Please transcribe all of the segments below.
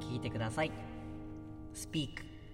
聞いてください。Speak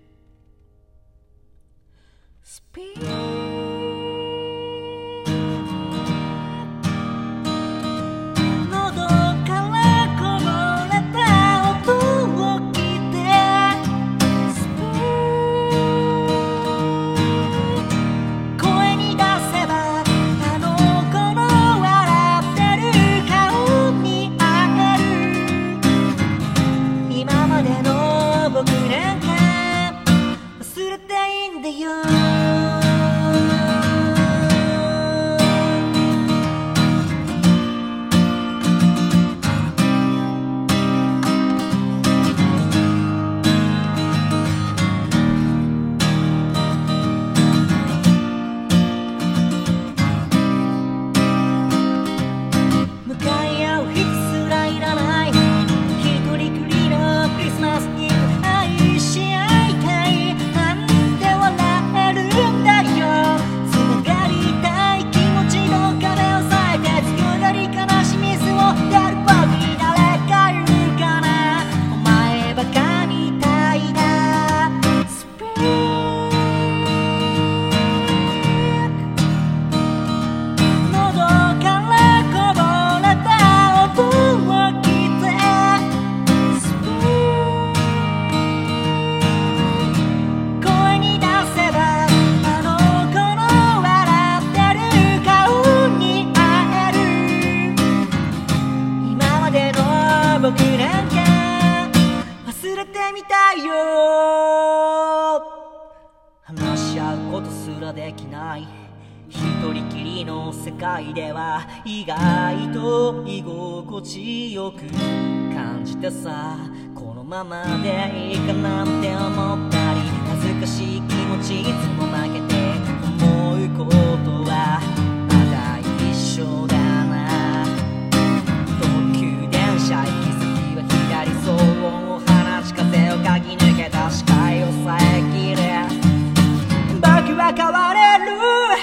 話し合うことすらできない一人きりの世界では意外と居心地よく感じてさ、このままでいいかなんて思ったり、恥ずかしい気持ちいつも負けて思うことはまだ一緒だな。特急電車行き先は左、騒音を放ち風をかき抜けた視界を遮れ、僕は変われる。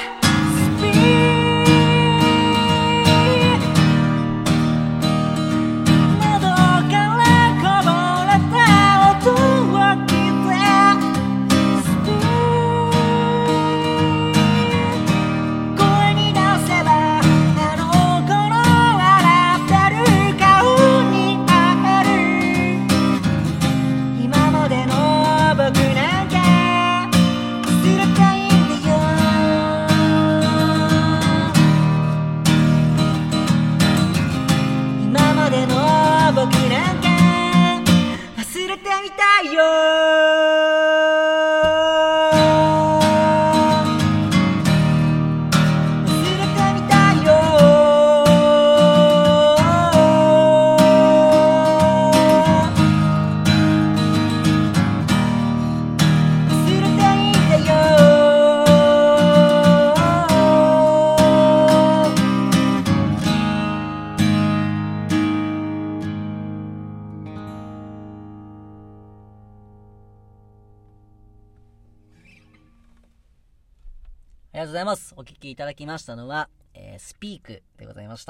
ありがとうございます。お聞きいただきましたのは、Speak でございました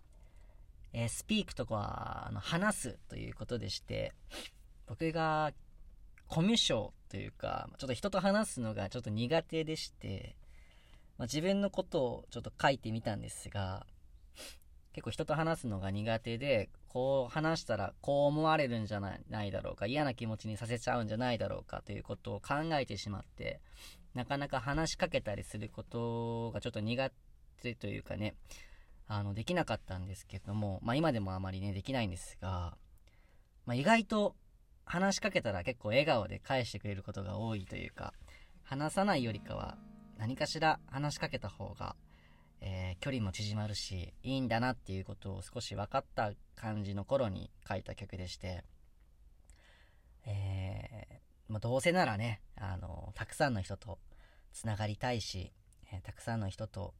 。Speak とは話すということでして、僕がコミュ障というか、ちょっと人と話すのがちょっと苦手でして、自分のことをちょっと書いてみたんですが、結構人と話すのが苦手で、こう話したらこう思われるんじゃないだろうか、嫌な気持ちにさせちゃうんじゃないだろうかということを考えてしまって、なかなか話しかけたりすることがちょっと苦手というかね、できなかったんですけども、今でもあまりねできないんですが、意外と話しかけたら結構笑顔で返してくれることが多いというか、話さないよりかは何かしら話しかけた方が、距離も縮まるしいいんだなっていうことを少し分かった感じの頃に書いた曲でして、どうせならね、たくさんの人とつながりたいし、たくさんの人と、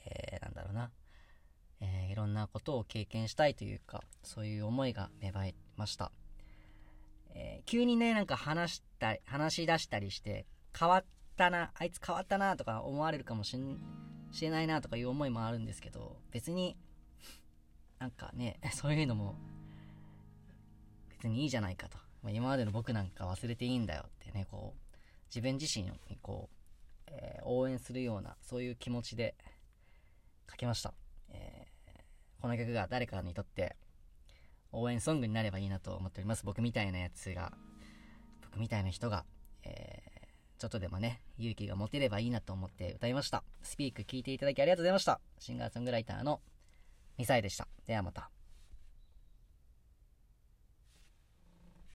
いろんなことを経験したいというか、そういう思いが芽生えました。急にね、話し出したりして、変わったな、あいつ変わったなとか思われるかもしれないなとかいう思いもあるんですけど、別にそういうのも別にいいじゃないかと。 今までの僕なんか忘れていいんだよってね、こう、自分自身にこう、応援するような、そういう気持ちで書きました。この曲が誰かにとって応援ソングになればいいなと思っております。僕みたいな人が、ちょっとでもね、勇気が持てればいいなと思って歌いました。スピーク聴いていただきありがとうございました。シンガーソングライターのミサイでした。ではまた。